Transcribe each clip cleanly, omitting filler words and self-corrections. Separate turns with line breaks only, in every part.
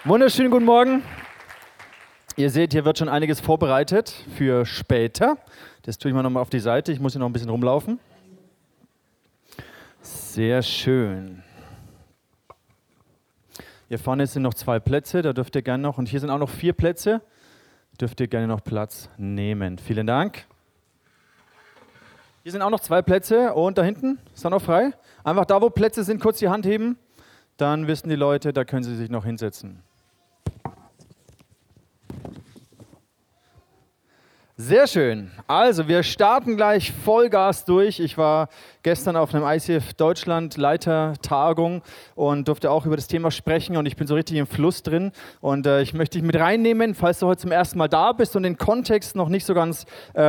Wunderschönen guten Morgen. Ihr seht, hier wird schon einiges vorbereitet für später. Das tue ich mal nochmal auf die Seite. Ich muss hier noch ein bisschen rumlaufen. Sehr schön. Hier vorne sind noch 2 Plätze, da dürft ihr gerne noch. Und hier sind auch noch 4 Plätze. Dürft ihr gerne noch Platz nehmen. Vielen Dank. Hier sind auch noch 2 Plätze und da hinten ist auch noch frei. Einfach da, wo Plätze sind, kurz die Hand heben. Dann wissen die Leute, da können sie sich noch hinsetzen. Sehr schön. Also wir starten gleich Vollgas durch. Ich war gestern auf einem ICF Deutschland Leitertagung und durfte auch über das Thema sprechen und ich bin so richtig im Fluss drin und ich möchte dich mit reinnehmen, falls du heute zum ersten Mal da bist und den Kontext noch nicht so ganz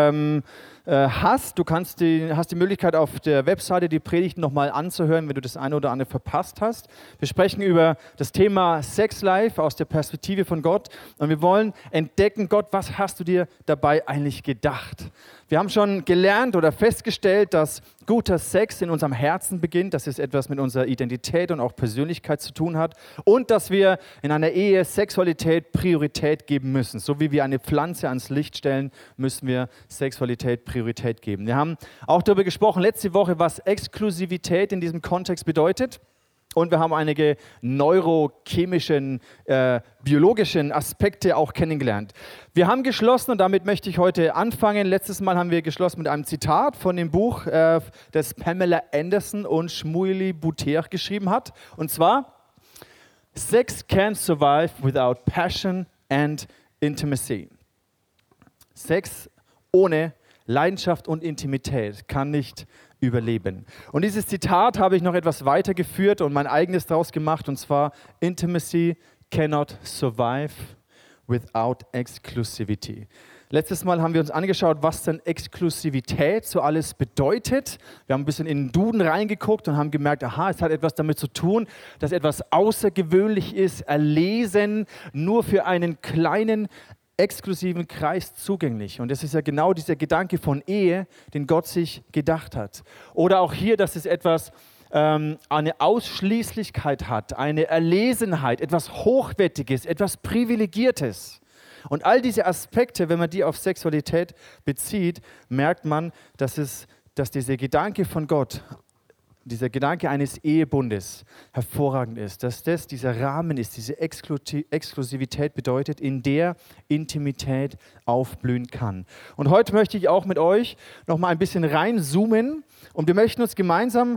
hast. Du hast die Möglichkeit, auf der Webseite die Predigten nochmal anzuhören, wenn du das eine oder andere verpasst hast. Wir sprechen über das Thema Sex Life aus der Perspektive von Gott und wir wollen entdecken, Gott, was hast du dir dabei eigentlich gedacht? Wir haben schon gelernt oder festgestellt, dass guter Sex in unserem Herzen beginnt, dass es etwas mit unserer Identität und auch Persönlichkeit zu tun hat und dass wir in einer Ehe Sexualität Priorität geben müssen. So wie wir eine Pflanze ans Licht stellen, müssen wir Sexualität Priorität geben. Wir haben auch darüber gesprochen letzte Woche, was Exklusivität in diesem Kontext bedeutet. Und wir haben einige neurochemischen, biologischen Aspekte auch kennengelernt. Wir haben geschlossen und damit möchte ich heute anfangen. Letztes Mal haben wir geschlossen mit einem Zitat von dem Buch, das Pamela Anderson und Shmueli Bouther geschrieben hat. Und zwar, Sex can't survive without passion and intimacy. Sex ohne Leidenschaft und Intimität kann nicht überleben. Und dieses Zitat habe ich noch etwas weitergeführt und mein eigenes daraus gemacht, und zwar: Intimacy cannot survive without exclusivity. Letztes Mal haben wir uns angeschaut, was denn Exklusivität so alles bedeutet. Wir haben ein bisschen in den Duden reingeguckt und haben gemerkt, aha, es hat etwas damit zu tun, dass etwas außergewöhnlich ist, erlesen, nur für einen kleinen exklusiven Kreis zugänglich. Und das ist ja genau dieser Gedanke von Ehe, den Gott sich gedacht hat. Oder auch hier, dass es etwas, eine Ausschließlichkeit hat, eine Erlesenheit, etwas Hochwertiges, etwas Privilegiertes. Und all diese Aspekte, wenn man die auf Sexualität bezieht, merkt man, dass dieser Gedanke von Gott, dieser Gedanke eines Ehebundes hervorragend ist, dass das dieser Rahmen ist, diese Exklusivität bedeutet, in der Intimität aufblühen kann. Und heute möchte ich auch mit euch noch mal ein bisschen reinzoomen und wir möchten uns gemeinsam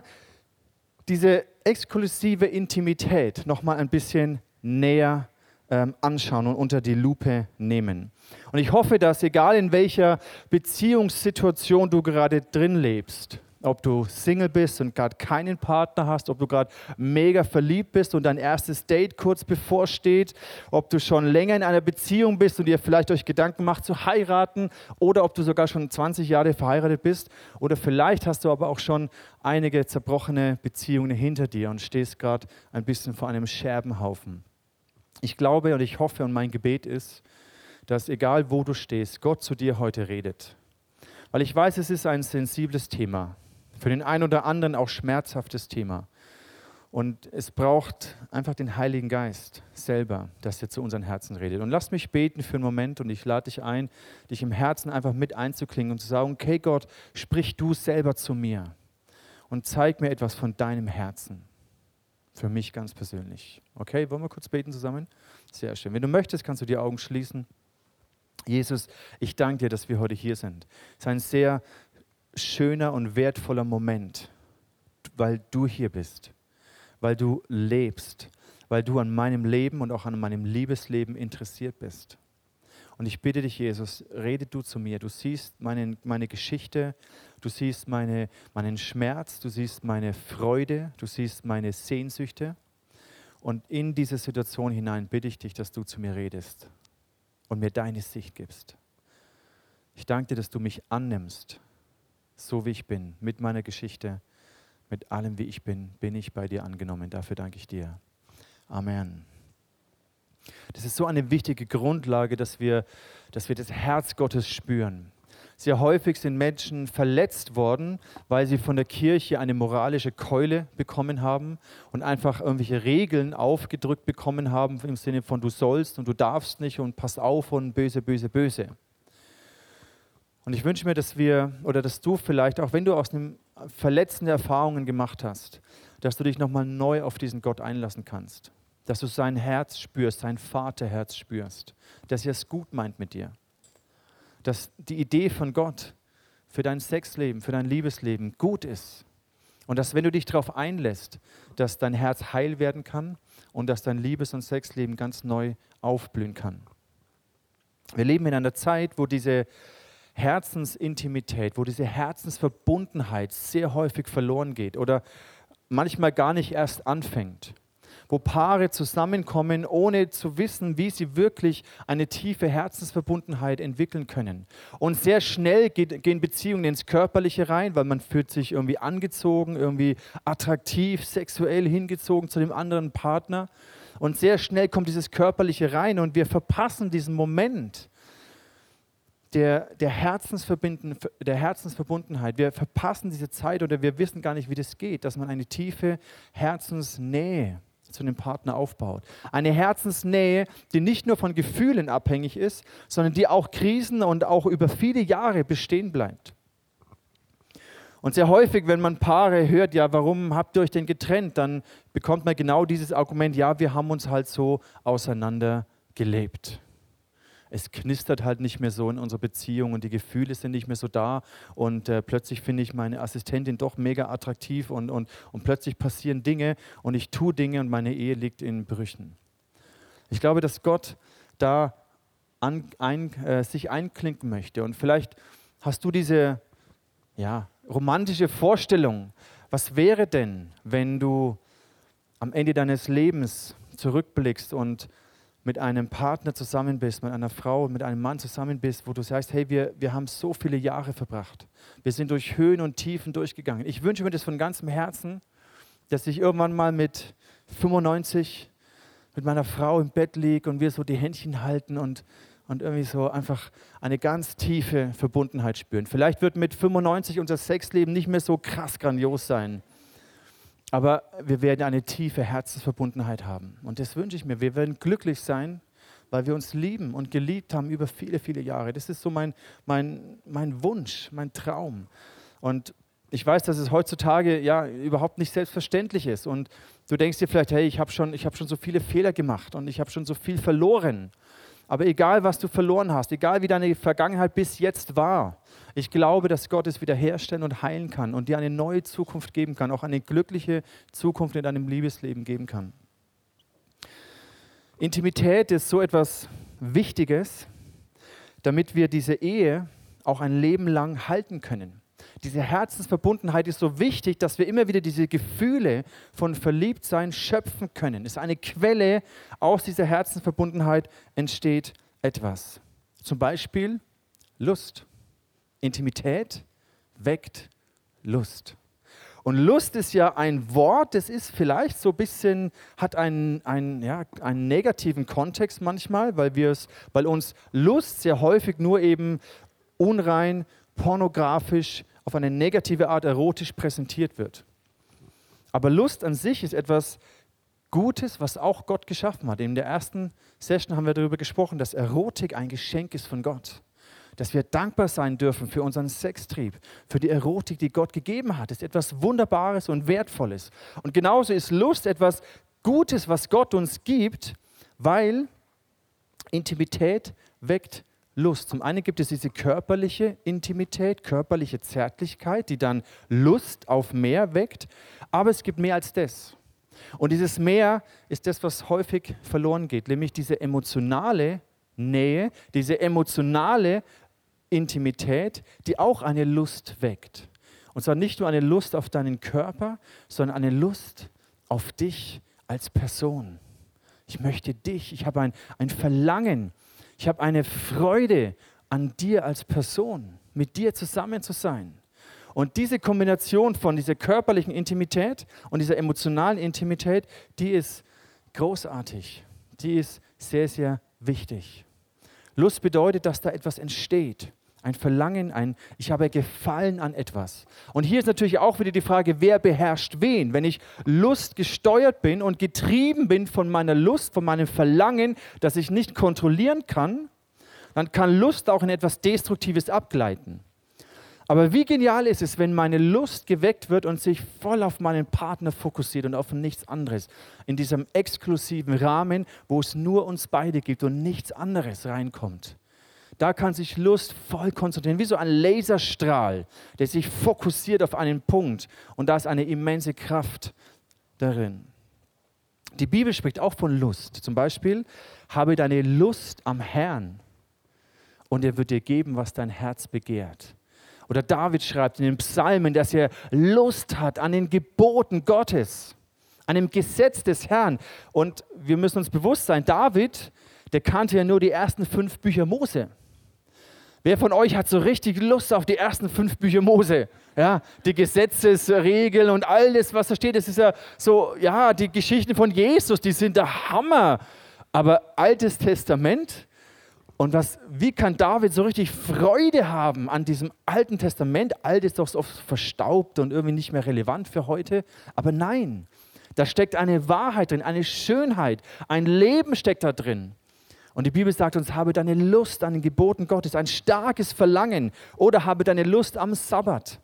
diese exklusive Intimität noch mal ein bisschen näher anschauen und unter die Lupe nehmen. Und ich hoffe, dass egal in welcher Beziehungssituation du gerade drin lebst, ob du Single bist und gerade keinen Partner hast, ob du gerade mega verliebt bist und dein erstes Date kurz bevorsteht, ob du schon länger in einer Beziehung bist und dir vielleicht euch Gedanken macht zu heiraten oder ob du sogar schon 20 Jahre verheiratet bist oder vielleicht hast du aber auch schon einige zerbrochene Beziehungen hinter dir und stehst gerade ein bisschen vor einem Scherbenhaufen. Ich glaube und ich hoffe und mein Gebet ist, dass egal wo du stehst, Gott zu dir heute redet. Weil ich weiß, es ist ein sensibles Thema. Für den einen oder anderen auch schmerzhaftes Thema. Und es braucht einfach den Heiligen Geist selber, dass er zu unseren Herzen redet. Und lass mich beten für einen Moment und ich lade dich ein, dich im Herzen einfach mit einzuklingen und zu sagen, okay Gott, sprich du selber zu mir und zeig mir etwas von deinem Herzen. Für mich ganz persönlich. Okay, wollen wir kurz beten zusammen? Sehr schön. Wenn du möchtest, kannst du die Augen schließen. Jesus, ich danke dir, dass wir heute hier sind. Es ist ein sehr schöner und wertvoller Moment, weil du hier bist, weil du lebst, weil du an meinem Leben und auch an meinem Liebesleben interessiert bist. Und ich bitte dich, Jesus, rede du zu mir. Du siehst meine Geschichte, du siehst meinen Schmerz, du siehst meine Freude, du siehst meine Sehnsüchte. Und in diese Situation hinein bitte ich dich, dass du zu mir redest und mir deine Sicht gibst. Ich danke dir, dass du mich annimmst, so wie ich bin, mit meiner Geschichte, mit allem, wie ich bin ich bei dir angenommen. Dafür danke ich dir. Amen. Das ist so eine wichtige Grundlage, dass wir das Herz Gottes spüren. Sehr häufig sind Menschen verletzt worden, weil sie von der Kirche eine moralische Keule bekommen haben und einfach irgendwelche Regeln aufgedrückt bekommen haben im Sinne von du sollst und du darfst nicht und pass auf und böse, böse, böse. Und ich wünsche mir, dass du vielleicht, auch wenn du aus einem verletzende Erfahrungen gemacht hast, dass du dich nochmal neu auf diesen Gott einlassen kannst. Dass du sein Herz spürst, sein Vaterherz spürst, dass er es gut meint mit dir. Dass die Idee von Gott für dein Sexleben, für dein Liebesleben gut ist. Und dass, wenn du dich darauf einlässt, dass dein Herz heil werden kann und dass dein Liebes- und Sexleben ganz neu aufblühen kann. Wir leben in einer Zeit, wo diese Herzensintimität, wo diese Herzensverbundenheit sehr häufig verloren geht oder manchmal gar nicht erst anfängt. Wo Paare zusammenkommen, ohne zu wissen, wie sie wirklich eine tiefe Herzensverbundenheit entwickeln können. Und sehr schnell gehen Beziehungen ins Körperliche rein, weil man fühlt sich irgendwie angezogen, irgendwie attraktiv, sexuell hingezogen zu dem anderen Partner. Und sehr schnell kommt dieses Körperliche rein und wir verpassen diesen Moment der Herzensverbundenheit. Wir verpassen diese Zeit oder wir wissen gar nicht, wie das geht, dass man eine tiefe Herzensnähe zu dem Partner aufbaut. Eine Herzensnähe, die nicht nur von Gefühlen abhängig ist, sondern die auch Krisen und auch über viele Jahre bestehen bleibt. Und sehr häufig, wenn man Paare hört, ja, warum habt ihr euch denn getrennt, dann bekommt man genau dieses Argument, ja, wir haben uns halt so auseinander gelebt. Es knistert halt nicht mehr so in unserer Beziehung und die Gefühle sind nicht mehr so da und plötzlich finde ich meine Assistentin doch mega attraktiv und plötzlich passieren Dinge und ich tue Dinge und meine Ehe liegt in Brüchen. Ich glaube, dass Gott da sich einklinken möchte und vielleicht hast du diese romantische Vorstellung, was wäre denn, wenn du am Ende deines Lebens zurückblickst und mit einem Partner zusammen bist, mit einer Frau, mit einem Mann zusammen bist, wo du sagst, hey, wir haben so viele Jahre verbracht. Wir sind durch Höhen und Tiefen durchgegangen. Ich wünsche mir das von ganzem Herzen, dass ich irgendwann mal mit 95 mit meiner Frau im Bett liege und wir so die Händchen halten und irgendwie so einfach eine ganz tiefe Verbundenheit spüren. Vielleicht wird mit 95 unser Sexleben nicht mehr so krass grandios sein. Aber wir werden eine tiefe Herzensverbundenheit haben. Und das wünsche ich mir. Wir werden glücklich sein, weil wir uns lieben und geliebt haben über viele, viele Jahre. Das ist so mein Wunsch, mein Traum. Und ich weiß, dass es heutzutage überhaupt nicht selbstverständlich ist. Und du denkst dir vielleicht, hey, ich habe schon so viele Fehler gemacht und ich habe schon so viel verloren. Aber egal, was du verloren hast, egal wie deine Vergangenheit bis jetzt war, ich glaube, dass Gott es wiederherstellen und heilen kann und dir eine neue Zukunft geben kann, auch eine glückliche Zukunft in deinem Liebesleben geben kann. Intimität ist so etwas Wichtiges, damit wir diese Ehe auch ein Leben lang halten können. Diese Herzensverbundenheit ist so wichtig, dass wir immer wieder diese Gefühle von Verliebtsein schöpfen können. Es ist eine Quelle, aus dieser Herzensverbundenheit entsteht etwas. Zum Beispiel Lust. Intimität weckt Lust. Und Lust ist ja ein Wort, das ist vielleicht so ein bisschen, hat einen negativen Kontext manchmal, weil uns Lust sehr häufig nur eben unrein, pornografisch, auf eine negative Art erotisch präsentiert wird. Aber Lust an sich ist etwas Gutes, was auch Gott geschaffen hat. In der ersten Session haben wir darüber gesprochen, dass Erotik ein Geschenk ist von Gott. Dass wir dankbar sein dürfen für unseren Sextrieb, für die Erotik, die Gott gegeben hat. Das ist etwas Wunderbares und Wertvolles. Und genauso ist Lust etwas Gutes, was Gott uns gibt, weil Intimität weckt Lust. Zum einen gibt es diese körperliche Intimität, körperliche Zärtlichkeit, die dann Lust auf mehr weckt. Aber es gibt mehr als das. Und dieses Mehr ist das, was häufig verloren geht, nämlich diese emotionale Nähe, diese emotionale Intimität, die auch eine Lust weckt. Und zwar nicht nur eine Lust auf deinen Körper, sondern eine Lust auf dich als Person. Ich möchte dich, ich habe ein Verlangen, ich habe eine Freude an dir als Person, mit dir zusammen zu sein. Und diese Kombination von dieser körperlichen Intimität und dieser emotionalen Intimität, die ist großartig, die ist sehr, sehr wichtig. Lust bedeutet, dass da etwas entsteht, Ein Verlangen, ich habe Gefallen an etwas. Und hier ist natürlich auch wieder die Frage, wer beherrscht wen? Wenn ich lustgesteuert bin und getrieben bin von meiner Lust, von meinem Verlangen, das ich nicht kontrollieren kann, dann kann Lust auch in etwas Destruktives abgleiten. Aber wie genial ist es, wenn meine Lust geweckt wird und sich voll auf meinen Partner fokussiert und auf nichts anderes. In diesem exklusiven Rahmen, wo es nur uns beide gibt und nichts anderes reinkommt. Da kann sich Lust voll konzentrieren, wie so ein Laserstrahl, der sich fokussiert auf einen Punkt. Und da ist eine immense Kraft darin. Die Bibel spricht auch von Lust. Zum Beispiel, habe deine Lust am Herrn und er wird dir geben, was dein Herz begehrt. Oder David schreibt in den Psalmen, dass er Lust hat an den Geboten Gottes, an dem Gesetz des Herrn. Und wir müssen uns bewusst sein, David, der kannte ja nur die ersten 5 Bücher Mose. Wer von euch hat so richtig Lust auf die ersten 5 Bücher Mose? Ja, die Gesetzesregeln und alles, was da steht, das ist ja so, ja, die Geschichten von Jesus, die sind der Hammer. Aber Altes Testament, und wie kann David so richtig Freude haben an diesem Alten Testament? Alt ist doch so oft verstaubt und irgendwie nicht mehr relevant für heute. Aber nein, da steckt eine Wahrheit drin, eine Schönheit, ein Leben steckt da drin. Und die Bibel sagt uns, habe deine Lust an den Geboten Gottes, ein starkes Verlangen, oder habe deine Lust am Sabbat.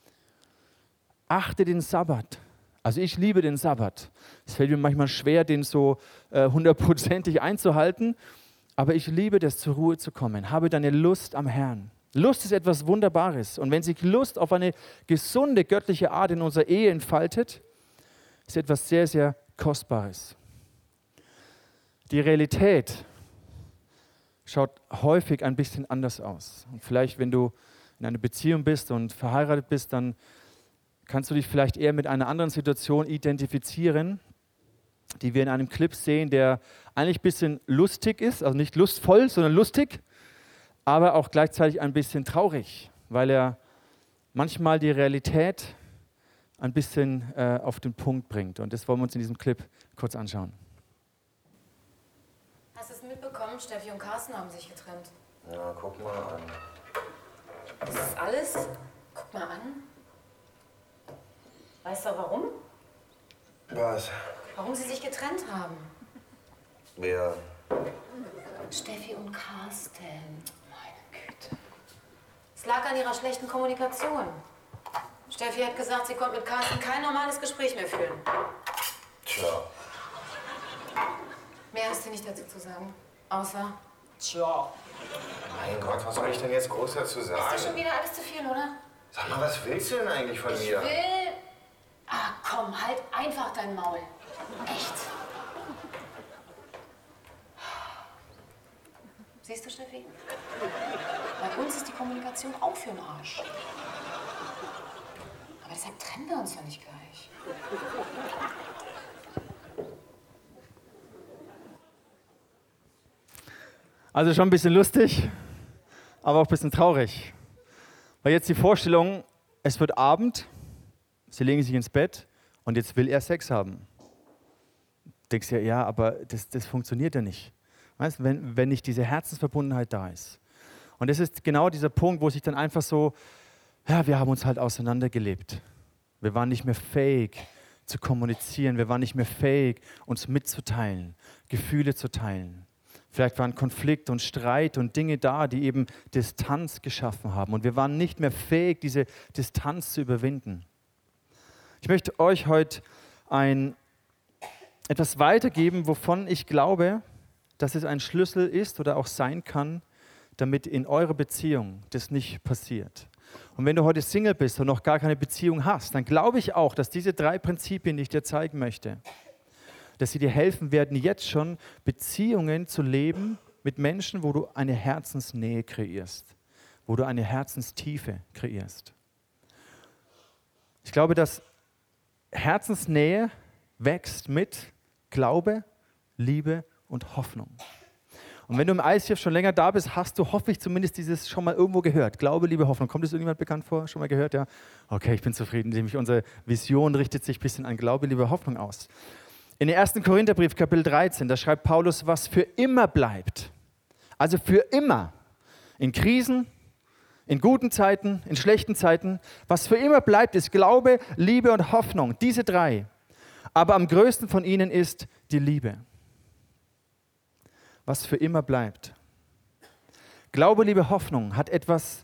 Achte den Sabbat. Also ich liebe den Sabbat. Es fällt mir manchmal schwer, den so 100%ig einzuhalten, aber ich liebe das, zur Ruhe zu kommen. Habe deine Lust am Herrn. Lust ist etwas Wunderbares. Und wenn sich Lust auf eine gesunde, göttliche Art in unserer Ehe entfaltet, ist etwas sehr, sehr Kostbares. Die Realität schaut häufig ein bisschen anders aus. Und vielleicht, wenn du in einer Beziehung bist und verheiratet bist, dann kannst du dich vielleicht eher mit einer anderen Situation identifizieren, die wir in einem Clip sehen, der eigentlich ein bisschen lustig ist, also nicht lustvoll, sondern lustig, aber auch gleichzeitig ein bisschen traurig, weil er manchmal die Realität ein bisschen auf den Punkt bringt. Und das wollen wir uns in diesem Clip kurz anschauen.
Hast du es mitbekommen? Steffi und Carsten haben sich getrennt.
Ja, guck mal an.
Das ist alles? Guck mal an. Weißt du warum?
Was?
Warum sie sich getrennt haben?
Wer?
Steffi und Carsten. Meine Güte. Es lag an ihrer schlechten Kommunikation. Steffi hat gesagt, sie konnte mit Carsten kein normales Gespräch mehr führen.
Tja.
Mehr hast du nicht dazu zu sagen, außer tja.
Mein Gott, was soll ich denn jetzt groß dazu sagen?
Ist dir schon wieder alles zu viel, oder?
Sag mal, was willst du denn eigentlich von
Ich
mir?
will... Ah, komm, halt einfach dein Maul. Echt. Siehst du, Steffi? Bei uns ist die Kommunikation auch für den Arsch. Aber deshalb trennen wir uns ja nicht gleich.
Also schon ein bisschen lustig, aber auch ein bisschen traurig. Weil jetzt die Vorstellung, es wird Abend, sie legen sich ins Bett und jetzt will er Sex haben. Du denkst ja, ja, aber das funktioniert ja nicht. Weißt, wenn nicht diese Herzensverbundenheit da ist. Und das ist genau dieser Punkt, wo sich dann einfach so, ja, wir haben uns halt auseinandergelebt. Wir waren nicht mehr fähig zu kommunizieren, wir waren nicht mehr fähig, uns mitzuteilen, Gefühle zu teilen. Vielleicht waren Konflikt und Streit und Dinge da, die eben Distanz geschaffen haben. Und wir waren nicht mehr fähig, diese Distanz zu überwinden. Ich möchte euch heute etwas weitergeben, wovon ich glaube, dass es ein Schlüssel ist oder auch sein kann, damit in eurer Beziehung das nicht passiert. Und wenn du heute Single bist und noch gar keine Beziehung hast, dann glaube ich auch, dass diese 3 Prinzipien, die ich dir zeigen möchte, dass sie dir helfen werden, jetzt schon Beziehungen zu leben mit Menschen, wo du eine Herzensnähe kreierst, wo du eine Herzenstiefe kreierst. Ich glaube, dass Herzensnähe wächst mit Glaube, Liebe und Hoffnung. Und wenn du im ICF schon länger da bist, hast du, hoffe ich, zumindest dieses schon mal irgendwo gehört. Glaube, Liebe, Hoffnung. Kommt das irgendjemand bekannt vor? Schon mal gehört? Ja? Okay, ich bin zufrieden. Nämlich unsere Vision richtet sich ein bisschen an Glaube, Liebe, Hoffnung aus. In den 1. Korintherbrief, Kapitel 13, da schreibt Paulus, was für immer bleibt. Also für immer. In Krisen, In guten Zeiten, in schlechten Zeiten. Was für immer bleibt, ist Glaube, Liebe und Hoffnung. Diese 3. Aber am größten von ihnen ist die Liebe. Was für immer bleibt. Glaube, Liebe, Hoffnung hat etwas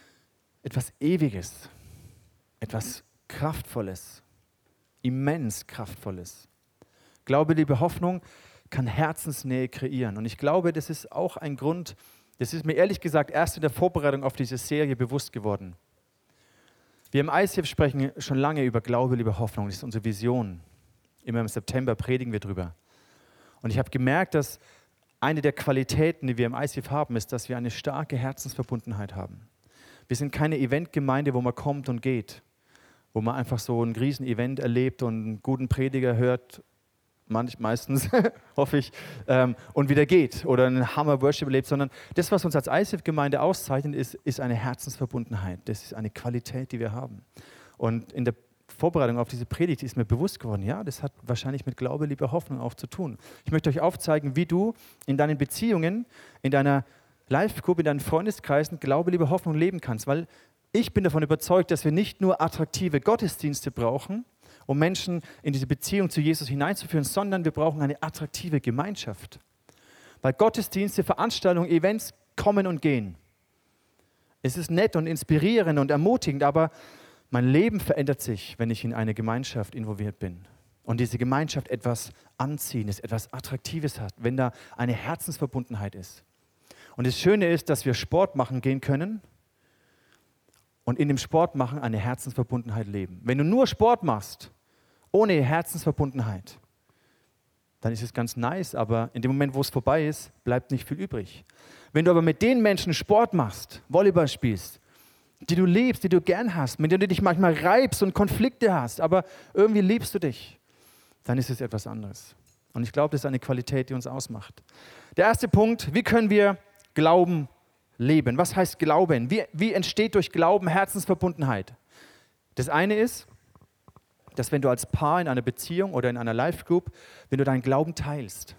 Ewiges, etwas Kraftvolles, immens Kraftvolles. Glaube, Liebe, Hoffnung kann Herzensnähe kreieren. Und ich glaube, das ist auch ein Grund, das ist mir ehrlich gesagt erst in der Vorbereitung auf diese Serie bewusst geworden. Wir im ICF sprechen schon lange über Glaube, Liebe, Hoffnung. Das ist unsere Vision. Immer im September predigen wir drüber. Und ich habe gemerkt, dass eine der Qualitäten, die wir im ICF haben, ist, dass wir eine starke Herzensverbundenheit haben. Wir sind keine Eventgemeinde, wo man kommt und geht, wo man einfach so ein Riesen-Event erlebt und einen guten Prediger hört, meistens, hoffe ich, und wieder geht oder einen Hammer-Worship erlebt, sondern das, was uns als ICF-Gemeinde auszeichnet, ist eine Herzensverbundenheit. Das ist eine Qualität, die wir haben. Und in der Vorbereitung auf diese Predigt ist mir bewusst geworden, ja, das hat wahrscheinlich mit Glaube, Liebe, Hoffnung auch zu tun. Ich möchte euch aufzeigen, wie du in deinen Beziehungen, in deiner Live-Group, in deinen Freundeskreisen Glaube, Liebe, Hoffnung leben kannst, weil ich bin davon überzeugt, dass wir nicht nur attraktive Gottesdienste brauchen, um Menschen in diese Beziehung zu Jesus hineinzuführen, sondern wir brauchen eine attraktive Gemeinschaft. Weil Gottesdienste, Veranstaltungen, Events kommen und gehen. Es ist nett und inspirierend und ermutigend, aber mein Leben verändert sich, wenn ich in eine Gemeinschaft involviert bin. Und diese Gemeinschaft etwas Anziehendes, etwas Attraktives hat, wenn da eine Herzensverbundenheit ist. Und das Schöne ist, dass wir Sport machen gehen können und in dem Sport machen eine Herzensverbundenheit leben. Wenn du nur Sport machst, ohne Herzensverbundenheit, dann ist es ganz nice, aber in dem Moment, wo es vorbei ist, bleibt nicht viel übrig. Wenn du aber mit den Menschen Sport machst, Volleyball spielst, die du liebst, die du gern hast, mit denen du dich manchmal reibst und Konflikte hast, aber irgendwie liebst du dich, dann ist es etwas anderes. Und ich glaube, das ist eine Qualität, die uns ausmacht. Der erste Punkt, wie können wir Glauben leben? Was heißt Glauben? Wie entsteht durch Glauben Herzensverbundenheit? Das eine ist, dass wenn du als Paar in einer Beziehung oder in einer Life-Group, wenn du deinen Glauben teilst,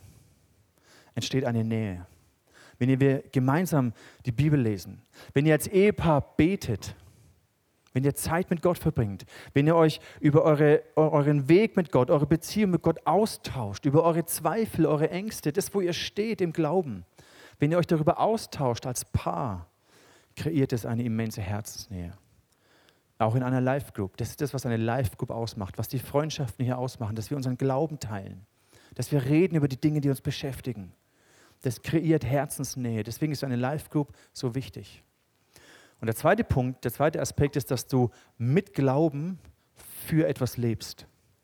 entsteht eine Nähe. Wenn ihr gemeinsam die Bibel lesen, wenn ihr als Ehepaar betet, wenn ihr Zeit mit Gott verbringt, wenn ihr euch über euren Weg mit Gott, eure Beziehung mit Gott austauscht, über eure Zweifel, eure Ängste, das, wo ihr steht im Glauben, wenn ihr euch darüber austauscht als Paar, kreiert es eine immense Herzensnähe. Auch in einer Life-Group. Das ist das, was eine Life-Group ausmacht, was die Freundschaften hier ausmachen, dass wir unseren Glauben teilen, dass wir reden über die Dinge, die uns beschäftigen. Das kreiert Herzensnähe. Deswegen ist eine Life-Group so wichtig. Und der zweite Punkt, der zweite Aspekt ist, dass du mit Glauben für etwas lebst.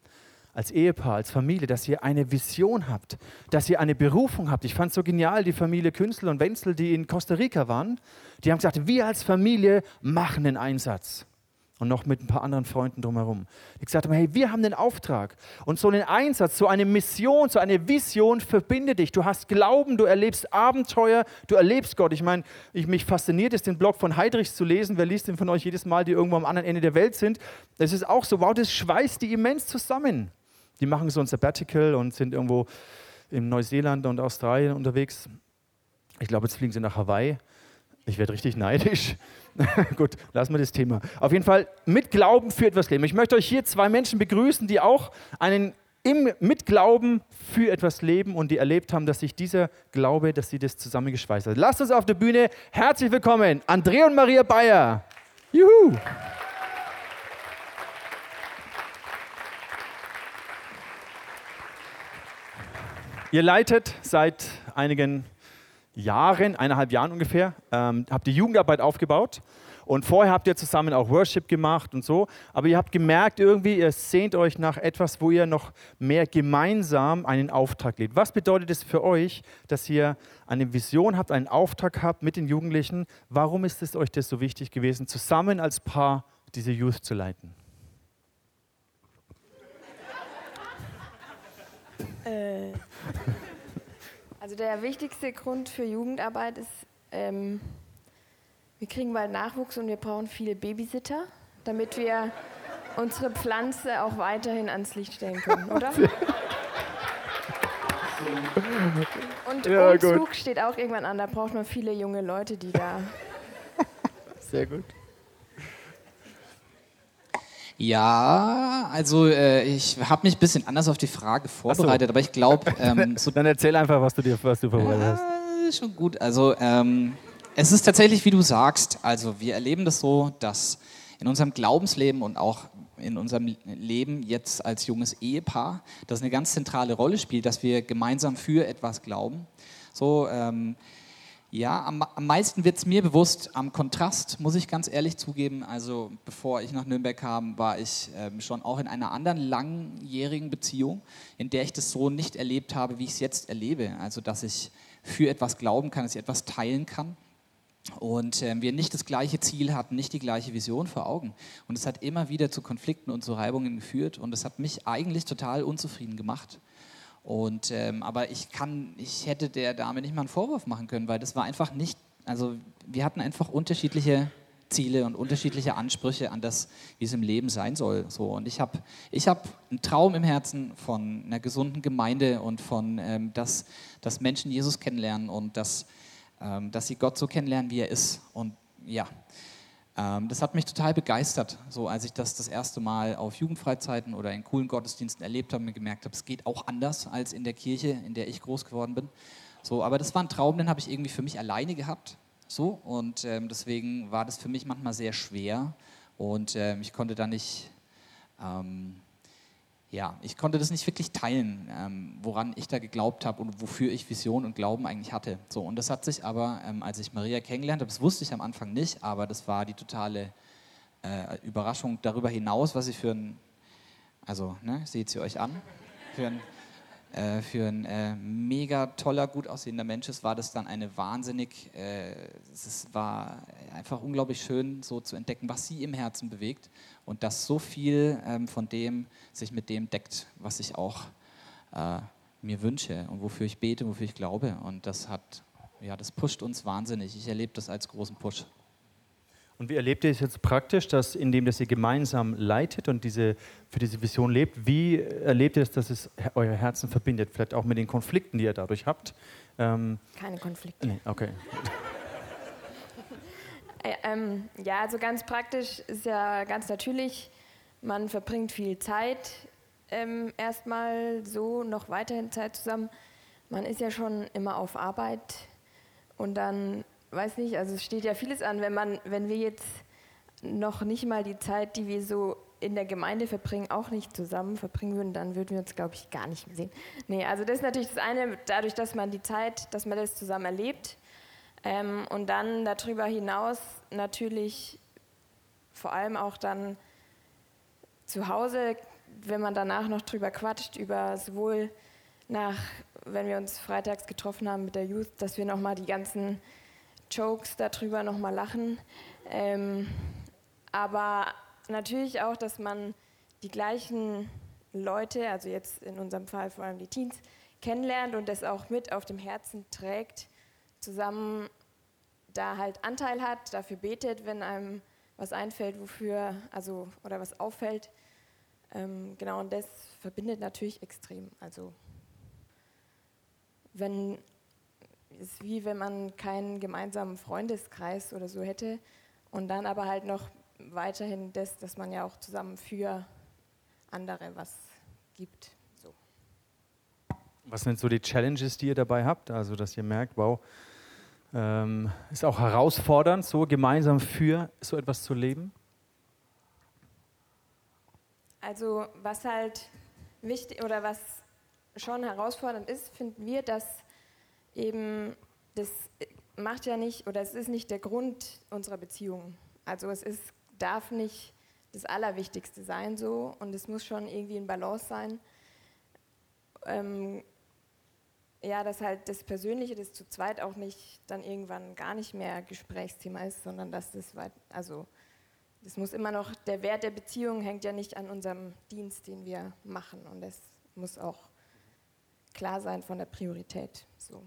Als Ehepaar, als Familie, dass ihr eine Vision habt, dass ihr eine Berufung habt. Ich fand es so genial, die Familie Künzel und Wenzel, die in Costa Rica waren, die haben gesagt, wir als Familie machen den Einsatz. Und noch mit ein paar anderen Freunden drumherum. Die gesagt haben, hey, wir haben den Auftrag. Und so einen Einsatz, so eine Mission, so eine Vision verbindet dich. Du hast Glauben, du erlebst Abenteuer, du erlebst Gott. Ich meine, mich fasziniert es, den Blog von Heidrichs zu lesen. Wer liest den von euch jedes Mal, die irgendwo am anderen Ende der Welt sind? Das ist auch so, wow, das schweißt die immens zusammen. Die machen so ein Sabbatical und sind irgendwo in Neuseeland und Australien unterwegs. Ich glaube, jetzt fliegen sie nach Hawaii. Ich werde richtig neidisch. Gut, lassen wir das Thema. Auf jeden Fall mit Glauben für etwas leben. Ich möchte euch hier 2 Menschen begrüßen, die auch mit Glauben für etwas leben und die erlebt haben, dass sich dieser Glaube, dass sie das zusammengeschweißt hat. Lasst uns auf der Bühne herzlich willkommen, André und Maria Bayer. Juhu! Ihr leitet seit einigen Jahren, 1,5 Jahren ungefähr, habt die Jugendarbeit aufgebaut und vorher habt ihr zusammen auch Worship gemacht und so, aber ihr habt gemerkt irgendwie, ihr sehnt euch nach etwas, wo ihr noch mehr gemeinsam einen Auftrag lebt. Was bedeutet es für euch, dass ihr eine Vision habt, einen Auftrag habt mit den Jugendlichen? Warum ist es euch das so wichtig gewesen, zusammen als Paar diese Youth zu leiten?
Also der wichtigste Grund für Jugendarbeit ist, wir kriegen bald Nachwuchs und wir brauchen viele Babysitter, damit wir unsere Pflanze auch weiterhin ans Licht stellen können, oder? Und
ja,
Umzug
gut.
steht auch irgendwann an, da braucht man viele junge Leute, die da
Sehr gut.
Ja, also ich habe mich ein bisschen anders auf die Frage vorbereitet, aber ich glaube...
Dann erzähl einfach, was du vorbereitet hast.
Ist schon gut. Also es ist tatsächlich, wie du sagst, also wir erleben das so, dass in unserem Glaubensleben und auch in unserem Leben jetzt als junges Ehepaar das eine ganz zentrale Rolle spielt, dass wir gemeinsam für etwas glauben. So, ja, am meisten wird es mir bewusst am Kontrast, muss ich ganz ehrlich zugeben. Also bevor ich nach Nürnberg kam, war ich schon auch in einer anderen langjährigen Beziehung, in der ich das so nicht erlebt habe, wie ich es jetzt erlebe. Also dass ich für etwas glauben kann, dass ich etwas teilen kann. Und wir nicht das gleiche Ziel hatten, nicht die gleiche Vision vor Augen. Und es hat immer wieder zu Konflikten und zu Reibungen geführt und es hat mich eigentlich total unzufrieden gemacht. Und, aber ich hätte der Dame nicht mal einen Vorwurf machen können, weil das war einfach nicht, also wir hatten einfach unterschiedliche Ziele und unterschiedliche Ansprüche an das, wie es im Leben sein soll. So, und ich hab einen Traum im Herzen von einer gesunden Gemeinde und von, dass Menschen Jesus kennenlernen und dass sie Gott so kennenlernen, wie er ist. Und ja, das hat mich total begeistert, so als ich das erste Mal auf Jugendfreizeiten oder in coolen Gottesdiensten erlebt habe und gemerkt habe, es geht auch anders als in der Kirche, in der ich groß geworden bin. So, aber das war ein Traum, den habe ich irgendwie für mich alleine gehabt. So, und deswegen war das für mich manchmal sehr schwer und ich konnte da nicht... ich konnte das nicht wirklich teilen, woran ich da geglaubt habe und wofür ich Vision und Glauben eigentlich hatte. So, und das hat sich aber, als ich Maria kennengelernt habe, das wusste ich am Anfang nicht, aber das war die totale Überraschung darüber hinaus, was ich für ein, also, seht sie euch an, für ein mega toller, gut aussehender Mensch ist, war das dann eine wahnsinnig, es war einfach unglaublich schön, so zu entdecken, was sie im Herzen bewegt und dass so viel von dem sich mit dem deckt, was ich auch mir wünsche und wofür ich bete, wofür ich glaube. Und das pusht uns wahnsinnig. Ich erlebe das als großen Push.
Und wie erlebt ihr es jetzt praktisch, dass indem das ihr gemeinsam leitet und für diese Vision lebt, wie erlebt ihr es, dass es euer Herzen verbindet? Vielleicht auch mit den Konflikten, die ihr dadurch habt?
Keine Konflikte.
Nee, okay.
Ja, also ganz praktisch ist ja ganz natürlich, man verbringt viel Zeit, erstmal so noch weiterhin Zeit zusammen. Man ist ja schon immer auf Arbeit und dann, weiß nicht, also es steht ja vieles an, wenn wir jetzt noch nicht mal die Zeit, die wir so in der Gemeinde verbringen, auch nicht zusammen verbringen würden, dann würden wir uns, glaube ich, gar nicht mehr sehen. Nee, also das ist natürlich das eine, dadurch, dass man das zusammen erlebt. Und dann darüber hinaus natürlich vor allem auch dann zu Hause, wenn man danach noch drüber quatscht, über sowohl wenn wir uns freitags getroffen haben mit der Youth, dass wir nochmal die ganzen Jokes darüber nochmal lachen. Aber natürlich auch, dass man die gleichen Leute, also jetzt in unserem Fall vor allem die Teens, kennenlernt und das auch mit auf dem Herzen trägt, zusammen da halt Anteil hat, dafür betet, wenn einem was einfällt, oder was auffällt. Genau, und das verbindet natürlich extrem. Also es ist wie wenn man keinen gemeinsamen Freundeskreis oder so hätte und dann aber halt noch weiterhin dass man ja auch zusammen für andere was gibt. So.
Was sind so die Challenges, die ihr dabei habt? Also, dass ihr merkt, wow, ist auch herausfordernd, so gemeinsam für so etwas zu leben?
Also, was halt wichtig oder was schon herausfordernd ist, finden wir, dass eben das macht ja nicht oder es ist nicht der Grund unserer Beziehung. Also, darf nicht das Allerwichtigste sein so und es muss schon irgendwie in Balance sein. Dass halt das Persönliche, das zu zweit auch nicht dann irgendwann gar nicht mehr Gesprächsthema ist, sondern dass das das muss immer noch, der Wert der Beziehung hängt ja nicht an unserem Dienst, den wir machen und das muss auch klar sein von der Priorität. So.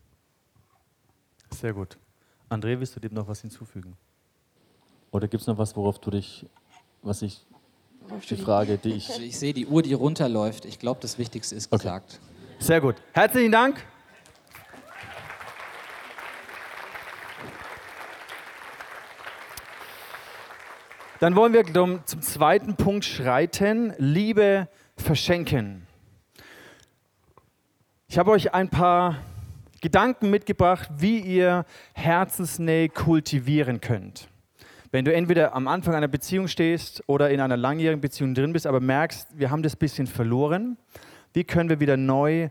Sehr gut. André, willst du dem noch was hinzufügen? Oder gibt es noch was,
Ich sehe die Uhr, die runterläuft. Ich glaube, das Wichtigste ist gesagt.
Sehr gut. Herzlichen Dank. Dann wollen wir zum zweiten Punkt schreiten, Liebe verschenken. Ich habe euch ein paar Gedanken mitgebracht, wie ihr Herzensnähe kultivieren könnt. Wenn du entweder am Anfang einer Beziehung stehst oder in einer langjährigen Beziehung drin bist, aber merkst, wir haben das ein bisschen verloren, wie können wir wieder neu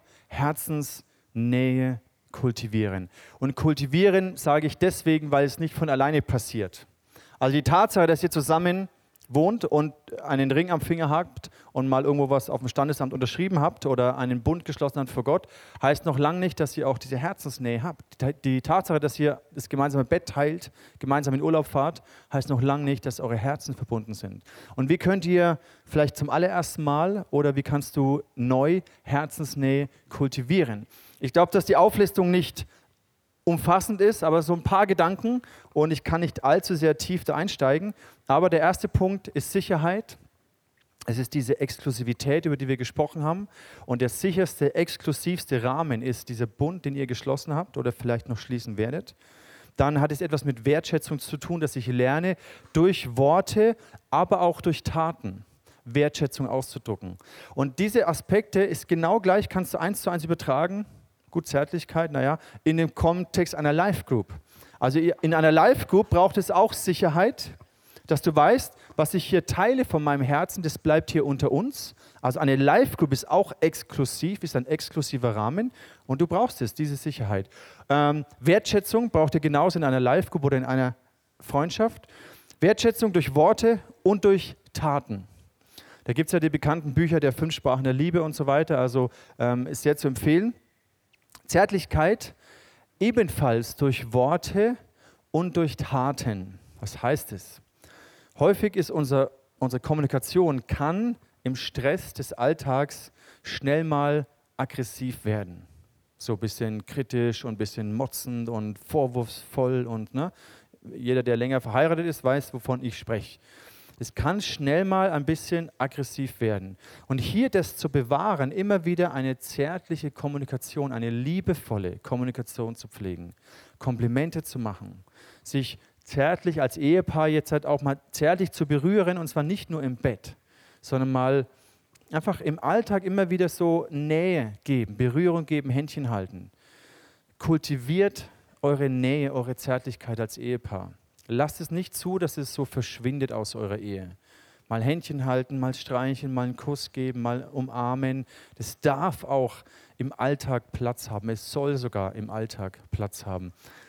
Herzensnähe kultivieren? Und kultivieren sage ich deswegen, weil es nicht von alleine passiert. Also die Tatsache, dass ihr zusammen wohnt und einen Ring am Finger habt und mal irgendwo was auf dem Standesamt unterschrieben habt oder einen Bund geschlossen habt vor Gott, heißt noch lange nicht, dass ihr auch diese Herzensnähe habt. Die Tatsache, dass ihr das gemeinsame Bett teilt, gemeinsam in Urlaub fahrt, heißt noch lange nicht, dass eure Herzen verbunden sind. Und wie könnt ihr vielleicht zum allerersten Mal oder wie kannst du neu Herzensnähe kultivieren? Ich glaube, dass die Auflistung nicht umfassend ist, aber so ein paar Gedanken und ich kann nicht allzu sehr tief da einsteigen. Aber der erste Punkt ist Sicherheit. Es ist diese Exklusivität, über die wir gesprochen haben. Und der sicherste, exklusivste Rahmen ist dieser Bund, den ihr geschlossen habt oder vielleicht noch schließen werdet. Dann hat es etwas mit Wertschätzung zu tun, dass ich lerne, durch Worte, aber auch durch Taten Wertschätzung auszudrücken. Und diese Aspekte ist genau gleich, kannst du 1:1 übertragen. Gut, Zärtlichkeit, naja, in dem Kontext einer Live-Group. Also in einer Live-Group braucht es auch Sicherheit, dass du weißt, was ich hier teile von meinem Herzen, das bleibt hier unter uns. Also eine Live-Group ist auch exklusiv, ist ein exklusiver Rahmen und du brauchst es, diese Sicherheit. Wertschätzung braucht ihr genauso in einer Live-Group oder in einer Freundschaft. Wertschätzung durch Worte und durch Taten. Da gibt es ja die bekannten Bücher der 5 Sprachen der Liebe und so weiter, also ist sehr zu empfehlen. Zärtlichkeit ebenfalls durch Worte und durch Taten. Was heißt es? Häufig ist unsere Kommunikation kann im Stress des Alltags schnell mal aggressiv werden. So ein bisschen kritisch und ein bisschen motzend und vorwurfsvoll und ne? Jeder, der länger verheiratet ist, weiß, wovon ich spreche. Es kann schnell mal ein bisschen aggressiv werden. Und hier das zu bewahren, immer wieder eine zärtliche Kommunikation, eine liebevolle Kommunikation zu pflegen, Komplimente zu machen, sich zärtlich als Ehepaar jetzt halt auch mal zärtlich zu berühren und zwar nicht nur im Bett, sondern mal einfach im Alltag immer wieder so Nähe geben, Berührung geben, Händchen halten. Kultiviert eure Nähe, eure Zärtlichkeit als Ehepaar. Lasst es nicht zu, dass es so verschwindet aus eurer Ehe. Mal Händchen halten, mal streicheln, mal einen Kuss geben, mal umarmen. Das darf auch im Alltag Platz haben. Es soll sogar im Alltag Platz haben.